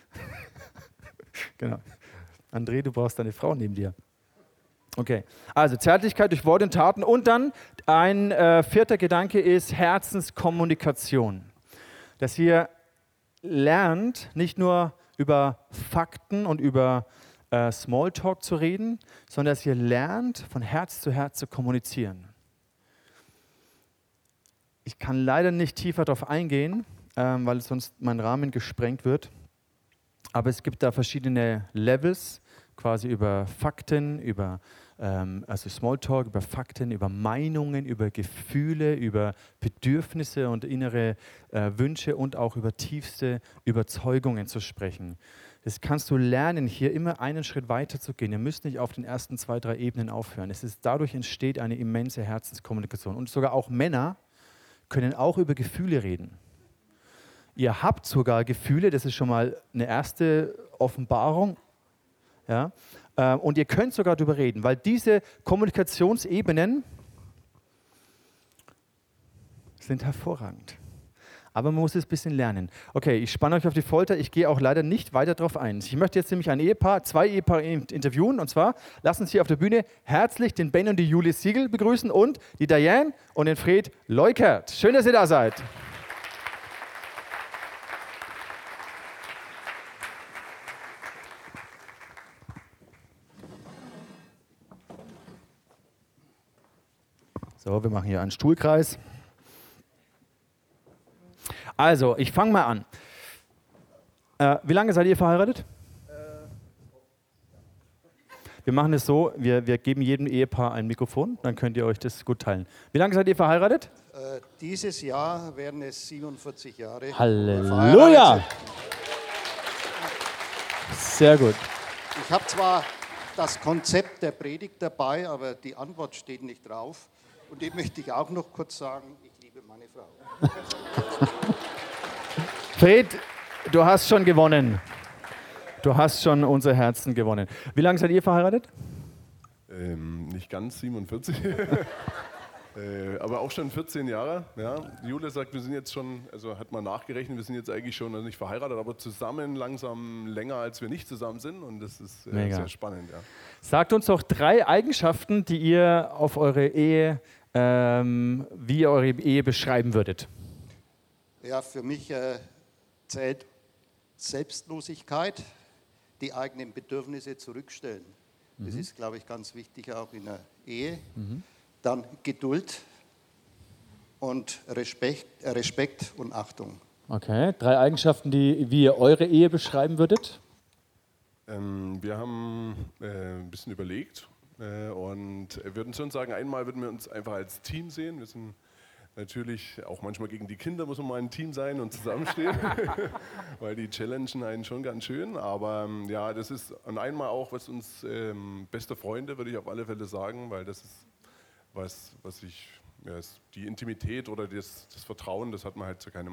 Genau. André, du brauchst deine Frau neben dir. Okay, also Zärtlichkeit durch Worte und Taten. Und dann ein vierter Gedanke ist Herzenskommunikation. Dass ihr lernt, nicht nur über Fakten und über Smalltalk zu reden, sondern dass ihr lernt, von Herz zu kommunizieren. Ich kann leider nicht tiefer darauf eingehen, weil sonst mein Rahmen gesprengt wird. Aber es gibt da verschiedene Levels, quasi über Fakten, über also Smalltalk, über Fakten, über Meinungen, über Gefühle, über Bedürfnisse und innere Wünsche und auch über tiefste Überzeugungen zu sprechen. Das kannst du lernen, hier immer einen Schritt weiter zu gehen. Ihr müsst nicht auf den ersten 2, 3 Ebenen aufhören. Dadurch entsteht eine immense Herzenskommunikation. Und sogar auch Männer können auch über Gefühle reden. Ihr habt sogar Gefühle, das ist schon mal eine erste Offenbarung. Ja? Und ihr könnt sogar darüber reden, weil diese Kommunikationsebenen sind hervorragend. Aber man muss es ein bisschen lernen. Okay, ich spanne euch auf die Folter, ich gehe auch leider nicht weiter darauf ein. Ich möchte jetzt nämlich zwei Ehepaare interviewen und zwar lassen uns hier auf der Bühne herzlich den Ben und die Julie Siegel begrüßen und die Diane und den Fred Leukert. Schön, dass ihr da seid. So, wir machen hier einen Stuhlkreis. Also, ich fange mal an. Wie lange seid ihr verheiratet? Wir machen es so, wir geben jedem Ehepaar ein Mikrofon, dann könnt ihr euch das gut teilen. Wie lange seid ihr verheiratet?
Dieses Jahr werden es 47 Jahre.
Halleluja! Sehr gut.
Ich habe zwar das Konzept der Predigt dabei, aber die Antwort steht nicht drauf. Und dem möchte ich auch noch kurz sagen, ich liebe meine Frau.
Fred, du hast schon gewonnen. Du hast schon unser Herzen gewonnen. Wie lange seid ihr verheiratet?
Nicht ganz 47. Aber auch schon 14 Jahre. Ja. Jule sagt, wir sind jetzt schon, also hat mal nachgerechnet, wir sind jetzt eigentlich schon nicht verheiratet, aber zusammen langsam länger, als wir nicht zusammen sind. Und das ist sehr spannend. Ja.
Sagt uns doch 3 Eigenschaften, die ihr auf eure Ehe, wie ihr eure Ehe beschreiben würdet.
Ja, für mich zählt Selbstlosigkeit, die eigenen Bedürfnisse zurückstellen. Das ist, glaube ich, ganz wichtig auch in der Ehe. Dann Geduld und Respekt und Achtung.
Okay, 3 Eigenschaften, wie ihr eure Ehe beschreiben würdet.
Wir haben ein bisschen überlegt und würden schon sagen, einmal würden wir uns einfach als Team sehen. Wir sind natürlich auch manchmal gegen die Kinder, muss man mal ein Team sein und zusammenstehen, weil die challengen einen schon ganz schön. Aber ja, das ist und einmal auch, was uns beste Freunde, würde ich auf alle Fälle sagen, weil das ist was ich, ja, die Intimität oder das Vertrauen, das hat man halt zu keiner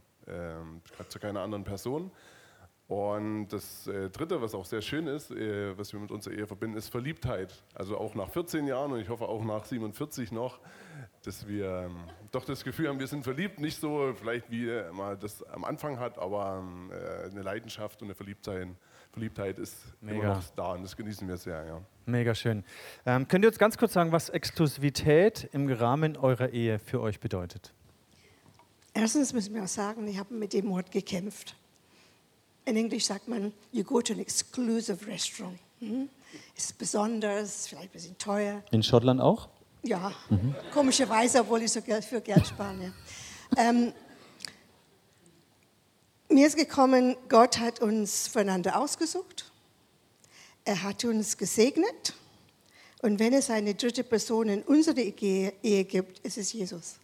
anderen Person. Und das Dritte, was auch sehr schön ist, was wir mit unserer Ehe verbinden, ist Verliebtheit. Also auch nach 14 Jahren und ich hoffe auch nach 47 noch, dass wir doch das Gefühl haben, wir sind verliebt. Nicht so vielleicht wie man das am Anfang hat, aber eine Leidenschaft und eine Verliebtheit ist immer noch da und das genießen wir sehr. Ja.
Mega schön. Könnt ihr uns ganz kurz sagen, was Exklusivität im Rahmen eurer Ehe für euch bedeutet?
Erstens müssen wir auch sagen, ich habe mit dem Wort gekämpft. In Englisch sagt man, you go to an exclusive restaurant. Ist besonders, vielleicht ein bisschen teuer.
In Schottland auch?
Ja, komischerweise, obwohl ich so für Geld spare. Ja. Mir ist gekommen, Gott hat uns füreinander ausgesucht. Er hat uns gesegnet. Und wenn es eine dritte Person in unserer Ehe gibt, ist es Jesus.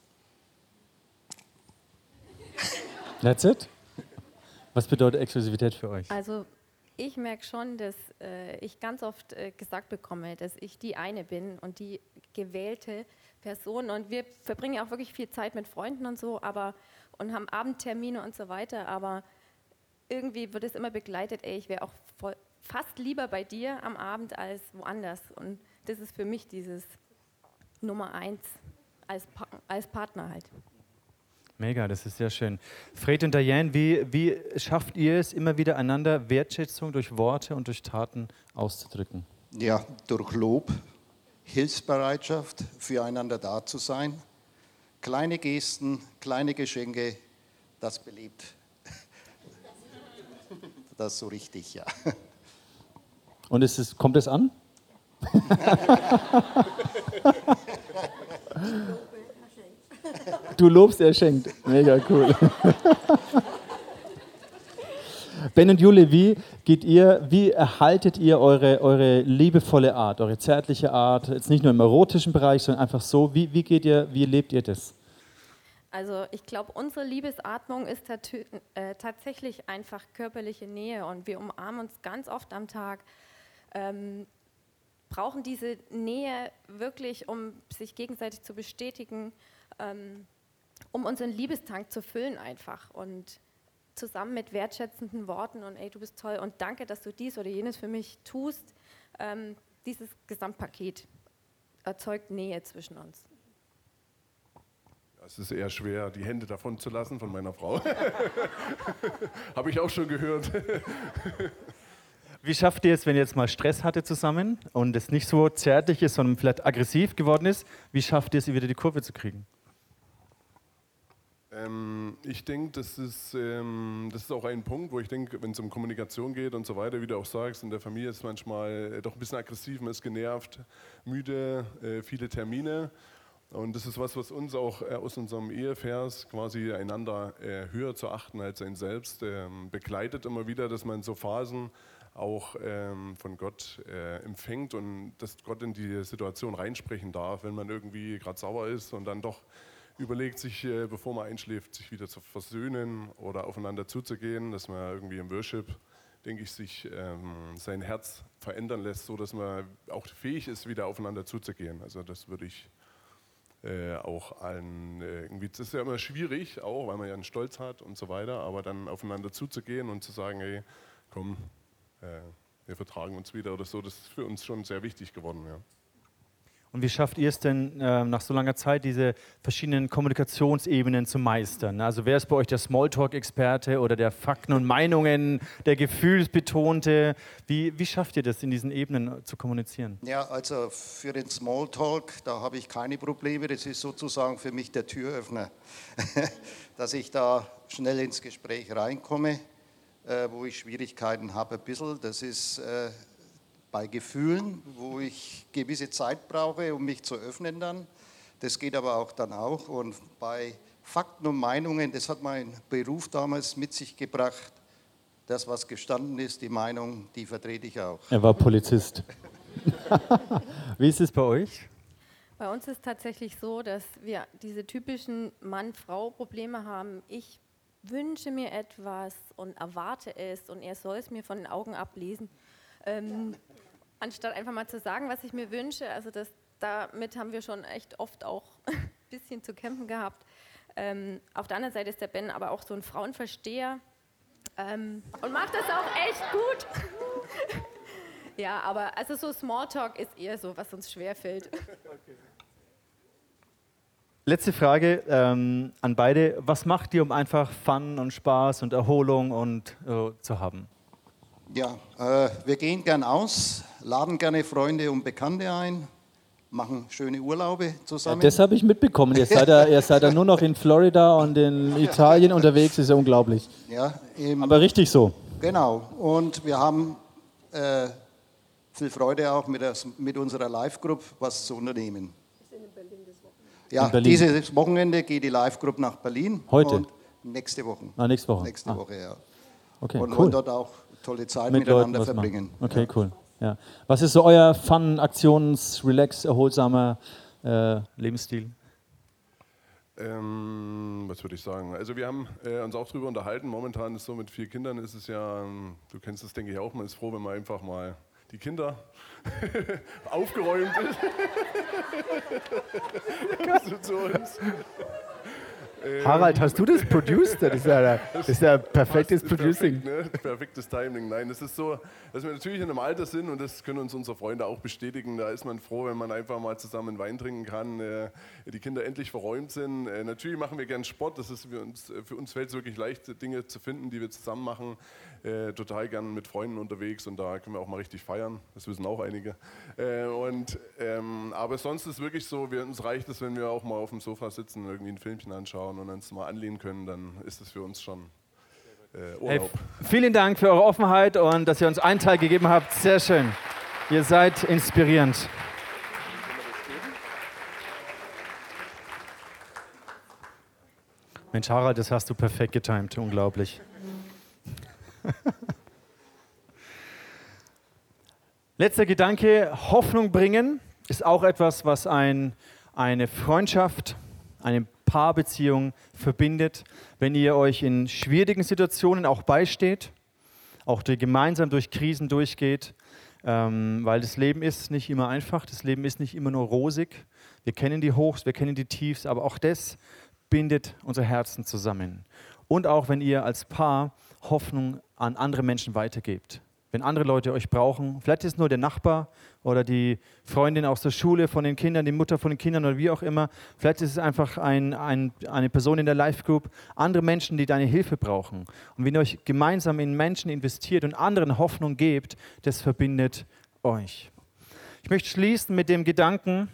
That's it? Was bedeutet Exklusivität für euch?
Also ich merke schon, dass ich ganz oft gesagt bekomme, dass ich die eine bin und die gewählte Person. Und wir verbringen ja auch wirklich viel Zeit mit Freunden und so, und haben Abendtermine und so weiter. Aber irgendwie wird es immer begleitet, ich wäre auch fast lieber bei dir am Abend als woanders. Und das ist für mich dieses Nummer 1 als Partner halt.
Mega, das ist sehr schön. Fred und Diane, wie schafft ihr es, immer wieder einander Wertschätzung durch Worte und durch Taten auszudrücken?
Ja, durch Lob, Hilfsbereitschaft, füreinander da zu sein. Kleine Gesten, kleine Geschenke, das belebt das so richtig, ja.
Und kommt es an? Du lobst, er schenkt. Mega cool. Ben und Jule, wie erhaltet ihr eure liebevolle Art, eure zärtliche Art, jetzt nicht nur im erotischen Bereich, sondern einfach so, wie lebt ihr das?
Also ich glaube, unsere Liebesatmung ist tatsächlich einfach körperliche Nähe und wir umarmen uns ganz oft am Tag, brauchen diese Nähe wirklich, um sich gegenseitig zu bestätigen, um unseren Liebestank zu füllen einfach und zusammen mit wertschätzenden Worten und du bist toll und danke, dass du dies oder jenes für mich tust, dieses Gesamtpaket erzeugt Nähe zwischen uns.
Es ist eher schwer, die Hände davon zu lassen von meiner Frau. Habe ich auch schon gehört.
Wie schafft ihr es, wenn ihr jetzt mal Stress hattet zusammen und es nicht so zärtlich ist, sondern vielleicht aggressiv geworden ist, wie schafft ihr es, wieder die Kurve zu kriegen?
Ich denke, das ist auch ein Punkt, wo ich denke, wenn es um Kommunikation geht und so weiter, wie du auch sagst, in der Familie ist manchmal doch ein bisschen aggressiv, man ist genervt, müde, viele Termine. Und das ist was uns auch aus unserem Ehevers quasi einander höher zu achten als ein selbst begleitet immer wieder, dass man so Phasen auch von Gott empfängt und dass Gott in die Situation reinsprechen darf, wenn man irgendwie gerade sauer ist und dann doch überlegt, sich, bevor man einschläft, sich wieder zu versöhnen oder aufeinander zuzugehen, dass man irgendwie im Worship denke ich, sich sein Herz verändern lässt, so dass man auch fähig ist, wieder aufeinander zuzugehen. Also das würde ich auch allen irgendwie, das ist ja immer schwierig, auch weil man ja einen Stolz hat und so weiter, aber dann aufeinander zuzugehen und zu sagen, hey, komm, wir vertragen uns wieder oder so, das ist für uns schon sehr wichtig geworden, ja.
Und wie schafft ihr es denn nach so langer Zeit, diese verschiedenen Kommunikationsebenen zu meistern? Also wer ist bei euch der Smalltalk-Experte oder der Fakten und Meinungen, der Gefühlsbetonte? Wie schafft ihr das, in diesen Ebenen zu kommunizieren?
Ja, also für den Smalltalk, da habe ich keine Probleme. Das ist sozusagen für mich der Türöffner, dass ich da schnell ins Gespräch reinkomme, wo ich Schwierigkeiten habe ein bisschen. Das ist bei Gefühlen, wo ich gewisse Zeit brauche, um mich zu öffnen dann. Das geht aber auch dann auch. Und bei Fakten und Meinungen, das hat mein Beruf damals mit sich gebracht. Das, was gestanden ist, die Meinung, die vertrete ich auch.
Er war Polizist. Wie ist es bei euch?
Bei uns ist tatsächlich so, dass wir diese typischen Mann-Frau-Probleme haben. Ich wünsche mir etwas und erwarte es und er soll es mir von den Augen ablesen. Anstatt einfach mal zu sagen, was ich mir wünsche. Also damit haben wir schon echt oft auch ein bisschen zu kämpfen gehabt. Auf der anderen Seite ist der Ben aber auch so ein Frauenversteher und macht das auch echt gut. Ja, aber also so Smalltalk ist eher so, was uns schwerfällt.
Letzte Frage an beide. Was macht ihr, um einfach Fun und Spaß und Erholung und zu haben?
Ja, wir gehen gern aus, laden gerne Freunde und Bekannte ein, machen schöne Urlaube zusammen.
Ja, das habe ich mitbekommen. Ihr seid ja nur noch in Florida und in Italien unterwegs, das ist ja unglaublich.
Ja,
aber richtig so.
Genau. Und wir haben viel Freude auch mit unserer Live-Group was zu unternehmen. Ja, dieses Wochenende geht die Live-Group nach Berlin.
Heute?
Und nächste Woche.
Nächste Woche.
Nächste Woche, ja.
Okay,
und
cool.
wollen dort auch tolle Zeit miteinander verbringen.
Okay, cool. Ja. Was ist so euer Fun, Aktions-, Relax-, erholsamer Lebensstil?
Was würde ich sagen? Also wir haben uns auch darüber unterhalten. Momentan ist so mit 4 Kindern ist es ja, du kennst es denke ich auch, man ist froh, wenn man einfach mal die Kinder aufgeräumt ist. Zu uns.
Harald, hast du das produced? Das ist ja perfektes Producing.
Perfekt, ne? Perfektes Timing. Nein, es ist so, dass wir natürlich in einem Alter sind und das können uns unsere Freunde auch bestätigen. Da ist man froh, wenn man einfach mal zusammen Wein trinken kann, die Kinder endlich verräumt sind. Natürlich machen wir gern Sport. Das ist für uns fällt es wirklich leicht, Dinge zu finden, die wir zusammen machen. Total gern mit Freunden unterwegs und da können wir auch mal richtig feiern. Das wissen auch einige. Aber sonst ist es wirklich so, uns reicht es, wenn wir auch mal auf dem Sofa sitzen, irgendwie ein Filmchen anschauen und uns mal anlehnen können, dann ist es für uns schon Urlaub.
Hey, vielen Dank für eure Offenheit und dass ihr uns einen Teil gegeben habt. Sehr schön. Ihr seid inspirierend. Mensch, Harald, das hast du perfekt getimt. Unglaublich. Letzter Gedanke, Hoffnung bringen ist auch etwas, was eine Freundschaft, eine Paarbeziehung verbindet. Wenn ihr euch in schwierigen Situationen auch beisteht, auch gemeinsam durch Krisen durchgeht, weil das Leben ist nicht immer einfach, das Leben ist nicht immer nur rosig. Wir kennen die Hochs, wir kennen die Tiefs, aber auch das bindet unsere Herzen zusammen. Und auch wenn ihr als Paar Hoffnung an andere Menschen weitergebt. Wenn andere Leute euch brauchen, vielleicht ist es nur der Nachbar oder die Freundin aus der Schule von den Kindern, die Mutter von den Kindern oder wie auch immer. Vielleicht ist es einfach eine Person in der Live-Group, andere Menschen, die deine Hilfe brauchen. Und wenn ihr euch gemeinsam in Menschen investiert und anderen Hoffnung gebt, das verbindet euch. Ich möchte schließen mit dem Gedanken,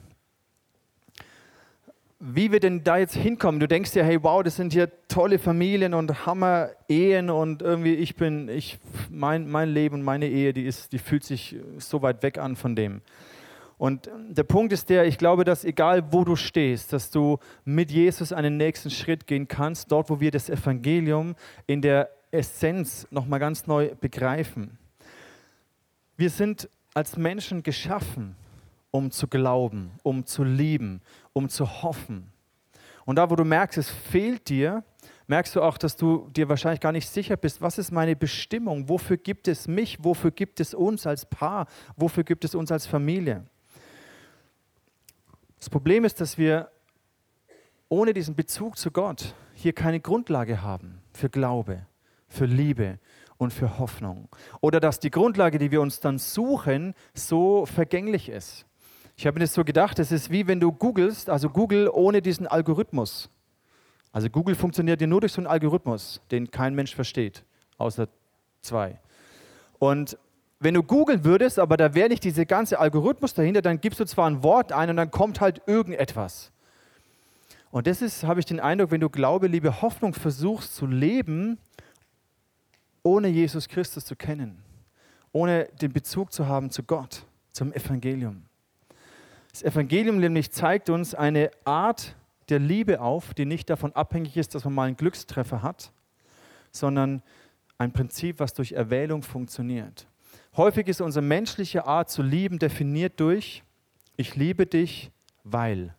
wie wir denn da jetzt hinkommen. Du denkst ja, hey, wow, das sind hier tolle Familien und Hammer-Ehen und irgendwie mein Leben und meine Ehe, die fühlt sich so weit weg an von dem. Und der Punkt ist ich glaube, dass egal wo du stehst, dass du mit Jesus einen nächsten Schritt gehen kannst, dort wo wir das Evangelium in der Essenz nochmal ganz neu begreifen. Wir sind als Menschen geschaffen, um zu glauben, um zu lieben, um zu hoffen. Und da, wo du merkst, es fehlt dir, merkst du auch, dass du dir wahrscheinlich gar nicht sicher bist, was ist meine Bestimmung? Wofür gibt es mich? Wofür gibt es uns als Paar? Wofür gibt es uns als Familie? Das Problem ist, dass wir ohne diesen Bezug zu Gott hier keine Grundlage haben für Glaube, für Liebe und für Hoffnung. Oder dass die Grundlage, die wir uns dann suchen, so vergänglich ist. Ich habe mir das so gedacht, es ist wie wenn du googelst, also Google ohne diesen Algorithmus. Also Google funktioniert ja nur durch so einen Algorithmus, den kein Mensch versteht, außer 2. Und wenn du googeln würdest, aber da wäre nicht dieser ganze Algorithmus dahinter, dann gibst du zwar ein Wort ein und dann kommt halt irgendetwas. Und das ist, habe ich den Eindruck, wenn du Glaube, Liebe, Hoffnung versuchst zu leben, ohne Jesus Christus zu kennen, ohne den Bezug zu haben zu Gott, zum Evangelium. Das Evangelium nämlich zeigt uns eine Art der Liebe auf, die nicht davon abhängig ist, dass man mal einen Glückstreffer hat, sondern ein Prinzip, was durch Erwählung funktioniert. Häufig ist unsere menschliche Art zu lieben definiert durch: Ich liebe dich, weil.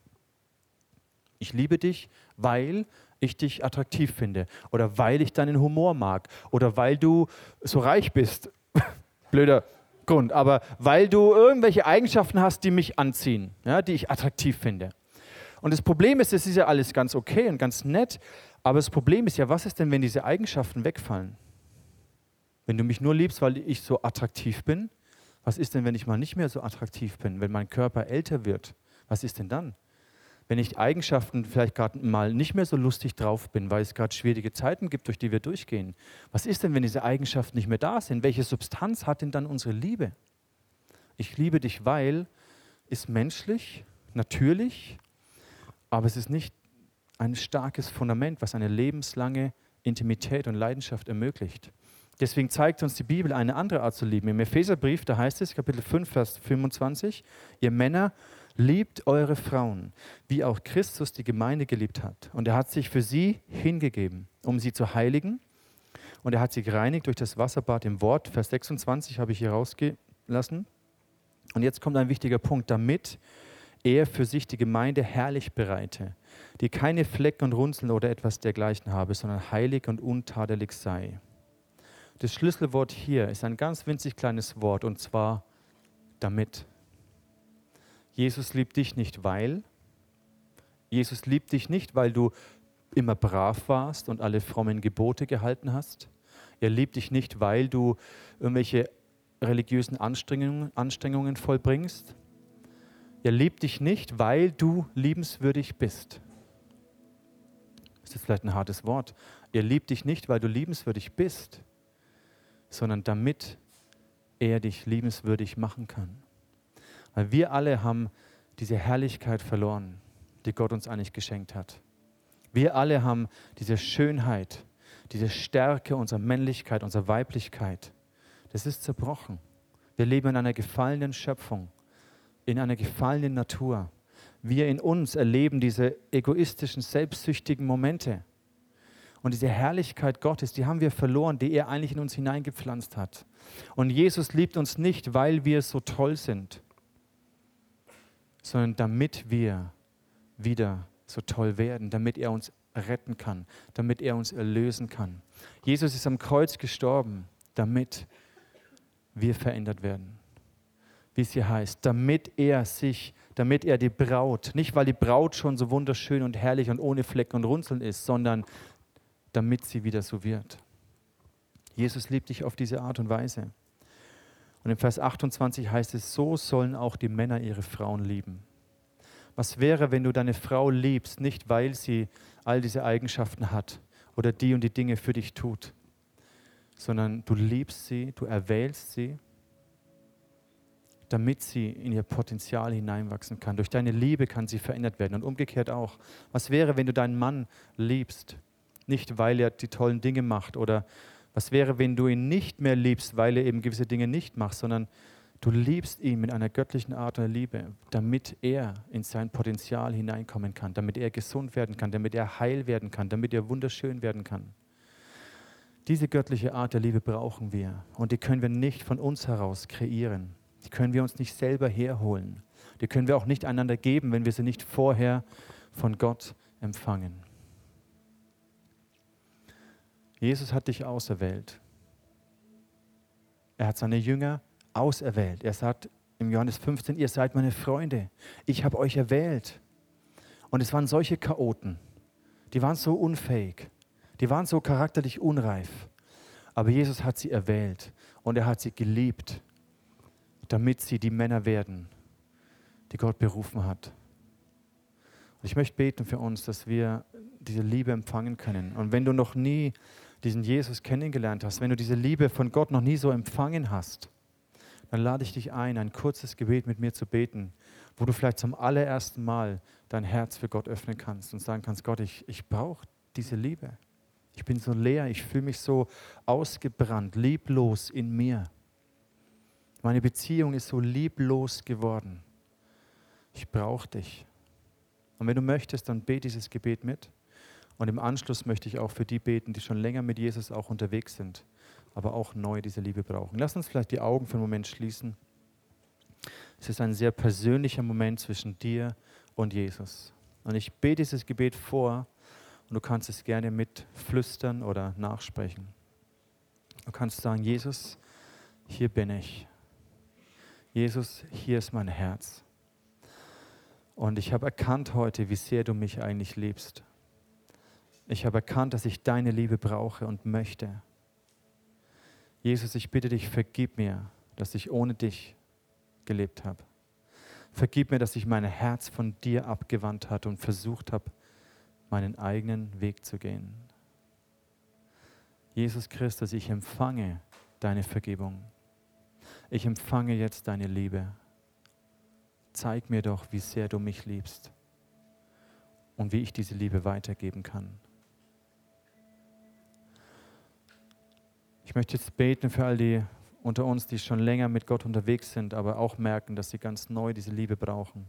Ich liebe dich, weil ich dich attraktiv finde oder weil ich deinen Humor mag oder weil du so reich bist. Blöder Grund, aber weil du irgendwelche Eigenschaften hast, die mich anziehen, ja, die ich attraktiv finde. Und das Problem ist, es ist ja alles ganz okay und ganz nett, aber das Problem ist ja, was ist denn, wenn diese Eigenschaften wegfallen? Wenn du mich nur liebst, weil ich so attraktiv bin, was ist denn, wenn ich mal nicht mehr so attraktiv bin, wenn mein Körper älter wird? Was ist denn dann? Wenn ich Eigenschaften vielleicht gerade mal nicht mehr so lustig drauf bin, weil es gerade schwierige Zeiten gibt, durch die wir durchgehen. Was ist denn, wenn diese Eigenschaften nicht mehr da sind? Welche Substanz hat denn dann unsere Liebe? Ich liebe dich, weil ist menschlich, natürlich, aber es ist nicht ein starkes Fundament, was eine lebenslange Intimität und Leidenschaft ermöglicht. Deswegen zeigt uns die Bibel eine andere Art zu lieben. Im Epheserbrief, da heißt es, Kapitel 5, Vers 25, ihr Männer, liebt eure Frauen, wie auch Christus die Gemeinde geliebt hat. Und er hat sich für sie hingegeben, um sie zu heiligen. Und er hat sie gereinigt durch das Wasserbad im Wort. Vers 26 habe ich hier rausgelassen. Und jetzt kommt ein wichtiger Punkt, damit er für sich die Gemeinde herrlich bereite, die keine Flecken und Runzeln oder etwas dergleichen habe, sondern heilig und untadelig sei. Das Schlüsselwort hier ist ein ganz winzig kleines Wort, und zwar damit. Jesus liebt dich nicht, weil. Jesus liebt dich nicht, weil du immer brav warst und alle frommen Gebote gehalten hast. Er liebt dich nicht, weil du irgendwelche religiösen Anstrengungen vollbringst. Er liebt dich nicht, weil du liebenswürdig bist. Das ist vielleicht ein hartes Wort. Er liebt dich nicht, weil du liebenswürdig bist, sondern damit er dich liebenswürdig machen kann. Weil wir alle haben diese Herrlichkeit verloren, die Gott uns eigentlich geschenkt hat. Wir alle haben diese Schönheit, diese Stärke unserer Männlichkeit, unserer Weiblichkeit. Das ist zerbrochen. Wir leben in einer gefallenen Schöpfung, in einer gefallenen Natur. Wir in uns erleben diese egoistischen, selbstsüchtigen Momente. Und diese Herrlichkeit Gottes, die haben wir verloren, die er eigentlich in uns hineingepflanzt hat. Und Jesus liebt uns nicht, weil wir so toll sind, sondern damit wir wieder so toll werden, damit er uns retten kann, damit er uns erlösen kann. Jesus ist am Kreuz gestorben, damit wir verändert werden. Wie es hier heißt, damit er die Braut, nicht weil die Braut schon so wunderschön und herrlich und ohne Flecken und Runzeln ist, sondern damit sie wieder so wird. Jesus liebt dich auf diese Art und Weise. Und im Vers 28 heißt es, so sollen auch die Männer ihre Frauen lieben. Was wäre, wenn du deine Frau liebst, nicht weil sie all diese Eigenschaften hat oder die und die Dinge für dich tut, sondern du liebst sie, du erwählst sie, damit sie in ihr Potenzial hineinwachsen kann. Durch deine Liebe kann sie verändert werden und umgekehrt auch. Was wäre, wenn du deinen Mann liebst, nicht weil er die tollen Dinge macht, oder was wäre, wenn du ihn nicht mehr liebst, weil er eben gewisse Dinge nicht macht, sondern du liebst ihn mit einer göttlichen Art der Liebe, damit er in sein Potenzial hineinkommen kann, damit er gesund werden kann, damit er heil werden kann, damit er wunderschön werden kann. Diese göttliche Art der Liebe brauchen wir und die können wir nicht von uns heraus kreieren. Die können wir uns nicht selber herholen. Die können wir auch nicht einander geben, wenn wir sie nicht vorher von Gott empfangen. Jesus hat dich auserwählt. Er hat seine Jünger auserwählt. Er sagt im Johannes 15, ihr seid meine Freunde. Ich habe euch erwählt. Und es waren solche Chaoten. Die waren so unfähig. Die waren so charakterlich unreif. Aber Jesus hat sie erwählt und er hat sie geliebt, damit sie die Männer werden, die Gott berufen hat. Und ich möchte beten für uns, dass wir diese Liebe empfangen können. Und wenn du noch nie diesen Jesus kennengelernt hast, wenn du diese Liebe von Gott noch nie so empfangen hast, dann lade ich dich ein kurzes Gebet mit mir zu beten, wo du vielleicht zum allerersten Mal dein Herz für Gott öffnen kannst und sagen kannst, Gott, ich brauche diese Liebe. Ich bin so leer, ich fühle mich so ausgebrannt, lieblos in mir. Meine Beziehung ist so lieblos geworden. Ich brauche dich. Und wenn du möchtest, dann bete dieses Gebet mit. Und im Anschluss möchte ich auch für die beten, die schon länger mit Jesus auch unterwegs sind, aber auch neu diese Liebe brauchen. Lass uns vielleicht die Augen für einen Moment schließen. Es ist ein sehr persönlicher Moment zwischen dir und Jesus. Und ich bete dieses Gebet vor und du kannst es gerne mitflüstern oder nachsprechen. Du kannst sagen, Jesus, hier bin ich. Jesus, hier ist mein Herz. Und ich habe erkannt heute, wie sehr du mich eigentlich liebst. Ich habe erkannt, dass ich deine Liebe brauche und möchte. Jesus, ich bitte dich, vergib mir, dass ich ohne dich gelebt habe. Vergib mir, dass ich mein Herz von dir abgewandt habe und versucht habe, meinen eigenen Weg zu gehen. Jesus Christus, ich empfange deine Vergebung. Ich empfange jetzt deine Liebe. Zeig mir doch, wie sehr du mich liebst und wie ich diese Liebe weitergeben kann. Ich möchte jetzt beten für all die unter uns, die schon länger mit Gott unterwegs sind, aber auch merken, dass sie ganz neu diese Liebe brauchen.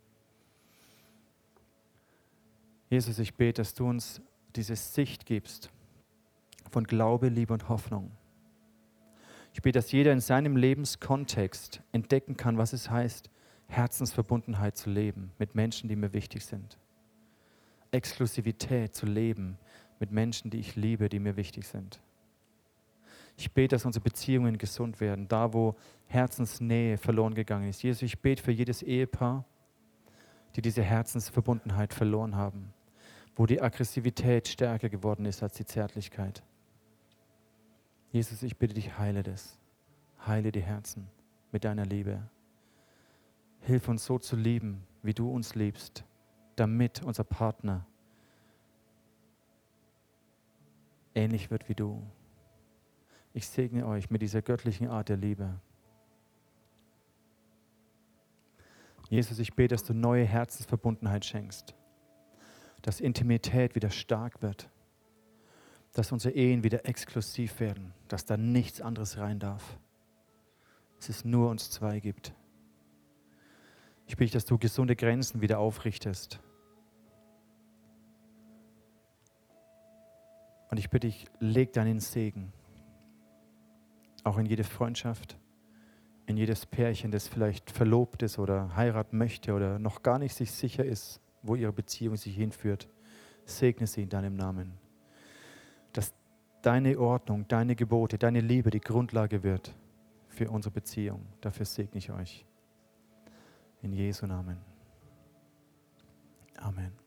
Jesus, ich bete, dass du uns diese Sicht gibst von Glaube, Liebe und Hoffnung. Ich bete, dass jeder in seinem Lebenskontext entdecken kann, was es heißt, Herzensverbundenheit zu leben mit Menschen, die mir wichtig sind. Exklusivität zu leben mit Menschen, die ich liebe, die mir wichtig sind. Ich bete, dass unsere Beziehungen gesund werden, da wo Herzensnähe verloren gegangen ist. Jesus, ich bete für jedes Ehepaar, die diese Herzensverbundenheit verloren haben, wo die Aggressivität stärker geworden ist als die Zärtlichkeit. Jesus, ich bitte dich, heile das. Heile die Herzen mit deiner Liebe. Hilf uns so zu lieben, wie du uns liebst, damit unser Partner ähnlich wird wie du. Ich segne euch mit dieser göttlichen Art der Liebe. Jesus, ich bete, dass du neue Herzensverbundenheit schenkst, dass Intimität wieder stark wird, dass unsere Ehen wieder exklusiv werden, dass da nichts anderes rein darf, dass es nur uns zwei gibt. Ich bitte dich, dass du gesunde Grenzen wieder aufrichtest. Und ich bitte dich, leg deinen Segen auch in jede Freundschaft, in jedes Pärchen, das vielleicht verlobt ist oder heiraten möchte oder noch gar nicht sich sicher ist, wo ihre Beziehung sich hinführt. Segne sie in deinem Namen. Dass deine Ordnung, deine Gebote, deine Liebe die Grundlage wird für unsere Beziehung. Dafür segne ich euch. In Jesu Namen. Amen.